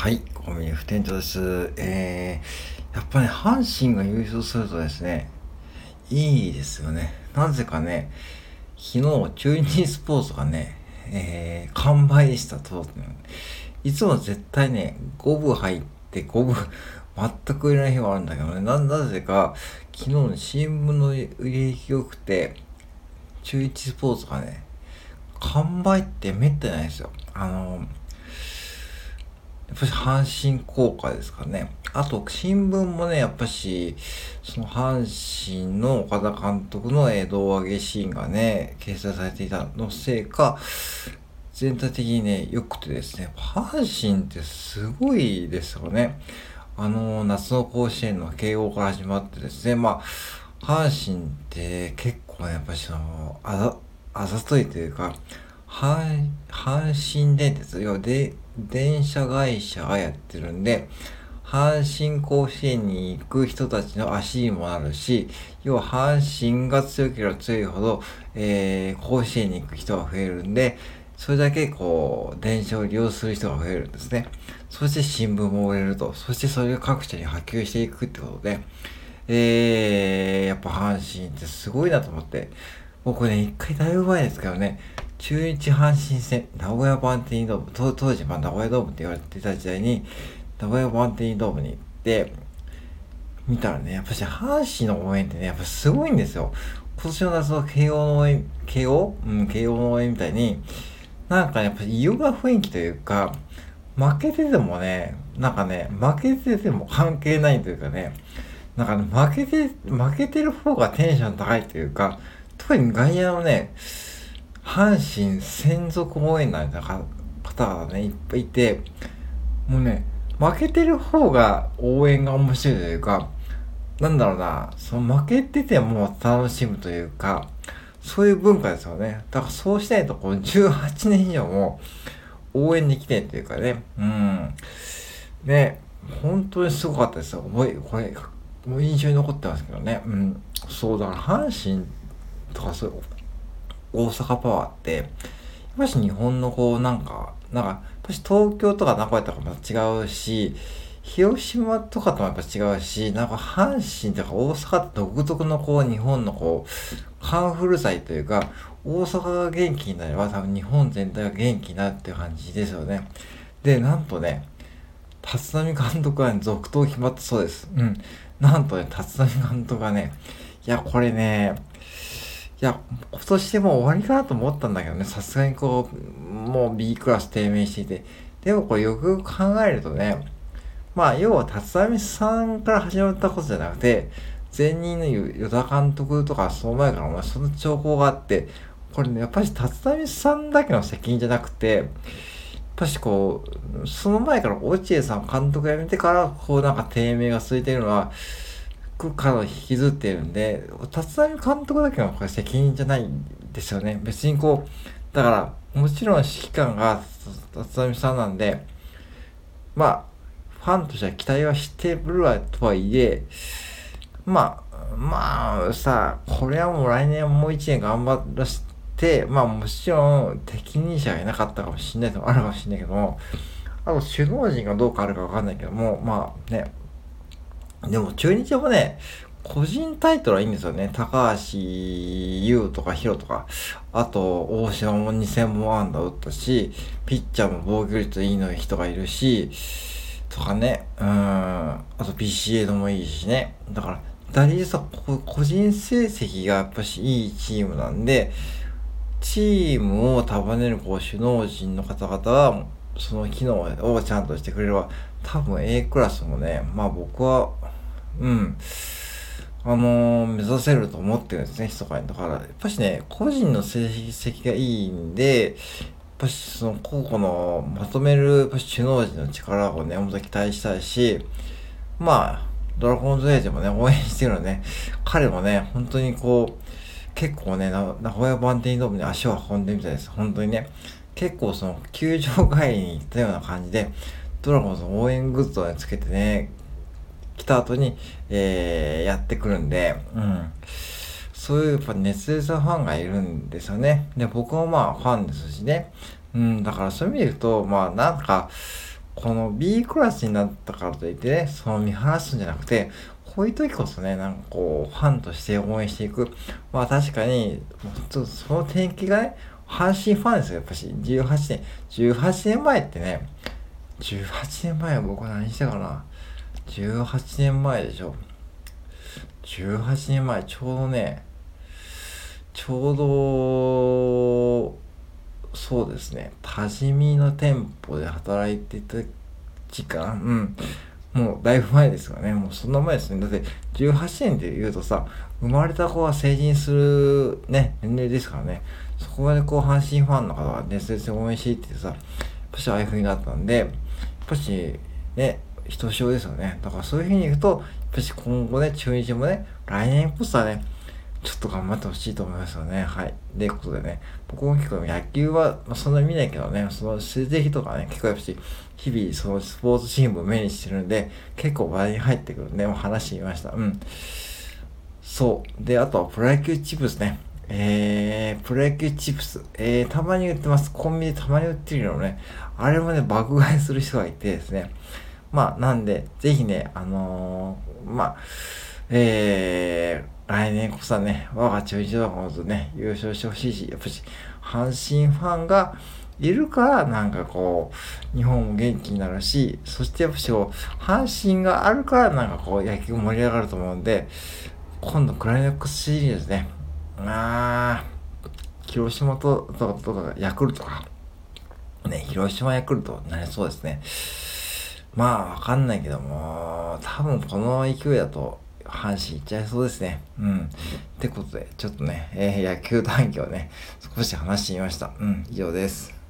はい、コンビニ副店長です。やっぱり阪神が優勝するとですね、いいですよね。なぜかね、昨日、中日スポーツがね、完売でしたと。いつも絶対ね、5分入って5分、全く売れない日はあるんだけどね、なぜか、昨日の新聞の売れ行き良くて、中日スポーツがね、完売ってめったにないですよ。やっぱり阪神効果ですかね。あと、新聞もね、やっぱし、その阪神の岡田監督の胴上げシーンがね、掲載されていたのせいか、全体的にね、良くてですね、阪神ってすごいですよね。夏の甲子園の慶応から始まってですね、阪神って結構ね、やっぱりあざといというか、阪神電鉄、要は電車会社がやってるんで、阪神甲子園に行く人たちの足にもなるし、要は阪神が強ければ強いほど、甲子園に行く人が増えるんで、それだけ電車を利用する人が増えるんですね。そして新聞も売れると。そしてそれが各地に波及していくってことで、やっぱ阪神ってすごいなと思って。僕ね、一回だいぶ前ですけどね、中日阪神戦、名古屋バンテリンドーム、当時名古屋ドームって言われてた時代に、名古屋バンテリンドームに行って、見たらね、やっぱし阪神の応援ってね、やっぱすごいんですよ。今年の夏の慶応の応援、慶応の応援みたいに、なんかやっぱり優雅雰囲気というか、負けててもね、負けてても関係ないというかね、負けてる方がテンション高いというか、特に外野のね、阪神専属応援団の方がね、いっぱいいて、もうね、負けてる方が応援が面白いというか、その負けてても楽しむというか、そういう文化ですよね。だからそうしないと18年以上も応援できないというかね。ね、本当にすごかったですよ。これ、もう印象に残ってますけどね。そう、だから阪神とかそういう大阪パワーって、やっぱし日本のやっぱし東京とか名古屋とかも違うし、広島とかともやっぱ違うし、阪神とか大阪って独特の日本のカンフル剤というか、大阪が元気になれば多分日本全体が元気になるっていう感じですよね。で、なんとね、立浪監督は、ね、続投決まったそうです。なんとね、立浪監督がね、いや、これね、いや、今年でもう終わりかなと思ったんだけどね、さすがにもう B クラス低迷していて。でもこれよくよく考えるとね、要は立浪さんから始まったことじゃなくて、前任の与田監督とかその前からその兆候があって、これね、やっぱり立浪さんだけの責任じゃなくて、やっぱしその前から落合さん監督辞めてから、低迷が続いているのは、から引きずっているんで、立浪監督だけのこれ責任じゃないんですよね。別にだから、もちろん指揮官が立浪さんなんで、ファンとしては期待はしてるわとはいえ、これはもう来年はもう一年頑張らせて、もちろん適任者がいなかったかもしれないのもあるかもしれないけども、あと首脳陣がどうかあるかわかんないけども、でも中日もね、個人タイトルはいいんですよね。高橋優とかヒロとか、あと大島も2000本安打打ったし、ピッチャーも防御率いいの人がいるし、とかね、あと BCA のもいいしね。だから、打率は個人成績がやっぱしいいチームなんで、チームを束ねる首脳陣の方々は、その機能をちゃんとしてくれれば、多分 A クラスもね、僕は、うん、目指せると思ってるんですね、密かに。だから、やっぱしね、個人の成績がいいんで、やっぱしその個々のまとめる首脳陣の力をね、本当に期待したいし、ドラゴンズエイジもね、応援してるのね、彼もね、本当に結構ね、名古屋バンテリンドームに足を運んでみたいです。本当にね。結構球場帰りに行ったような感じで、ドラゴンズの応援グッズをね、つけてね、来た後に、やってくるんで、そういうやっぱ熱烈なファンがいるんですよね。で、僕もファンですしね。だからそういう意味で言うと、 この B クラスになったからといってね、その見放すんじゃなくて、こういう時こそね、なんかこう、ファンとして応援していく。まあ確かに、もうちょっとその転機がね、阪神ファンですよ、やっぱし。18年前ってね、18年前は僕何したかな。18年前でしょ。18年前、ちょうどね、ちょうど、そうですね、多治見の店舗で働いてた時間、もうだいぶ前ですよね。もうそんな前ですね。だって18年で言うとさ、生まれた子は成人するね、年齢ですからね。そこまでこう阪神ファンの方が熱烈に応援していってさ、やっぱしああいう風になったんで、やっぱしね、ひとしおですよね。だからそういう風に行くと、やっぱし今後ね、中日もね、来年こそはね、ちょっと頑張ってほしいと思いますよね。はい。で、ことでね、僕も結構野球は、そんなに見ないけどね、その成績とかね、結構やっぱし、日々そのスポーツ新聞を目にしてるんで、結構話題に入ってくるんで、もう話してみました。そう。で、あとはプロ野球チップスね。プロ野球チップス。たまに売ってます。コンビニでたまに売ってるのね。あれもね、爆買いする人がいてですね。まあ、なんで、ぜひね、まあ、来年こそはね、我が中日ドラゴンズね、優勝してほしいし、やっぱし、阪神ファンがいるから、なんかこう、日本も元気になるし、そしてやっぱしこう、阪神があるから、なんかこう、野球盛り上がると思うんで、今度クライマックスシリーズね、広島とかヤクルトか、ね、広島ヤクルトになりそうですね。まあ、わかんないけども、多分この勢いだと、阪神いっちゃいそうですね。ってことで、ちょっとね、野球談義をね、少し話してみました。以上です。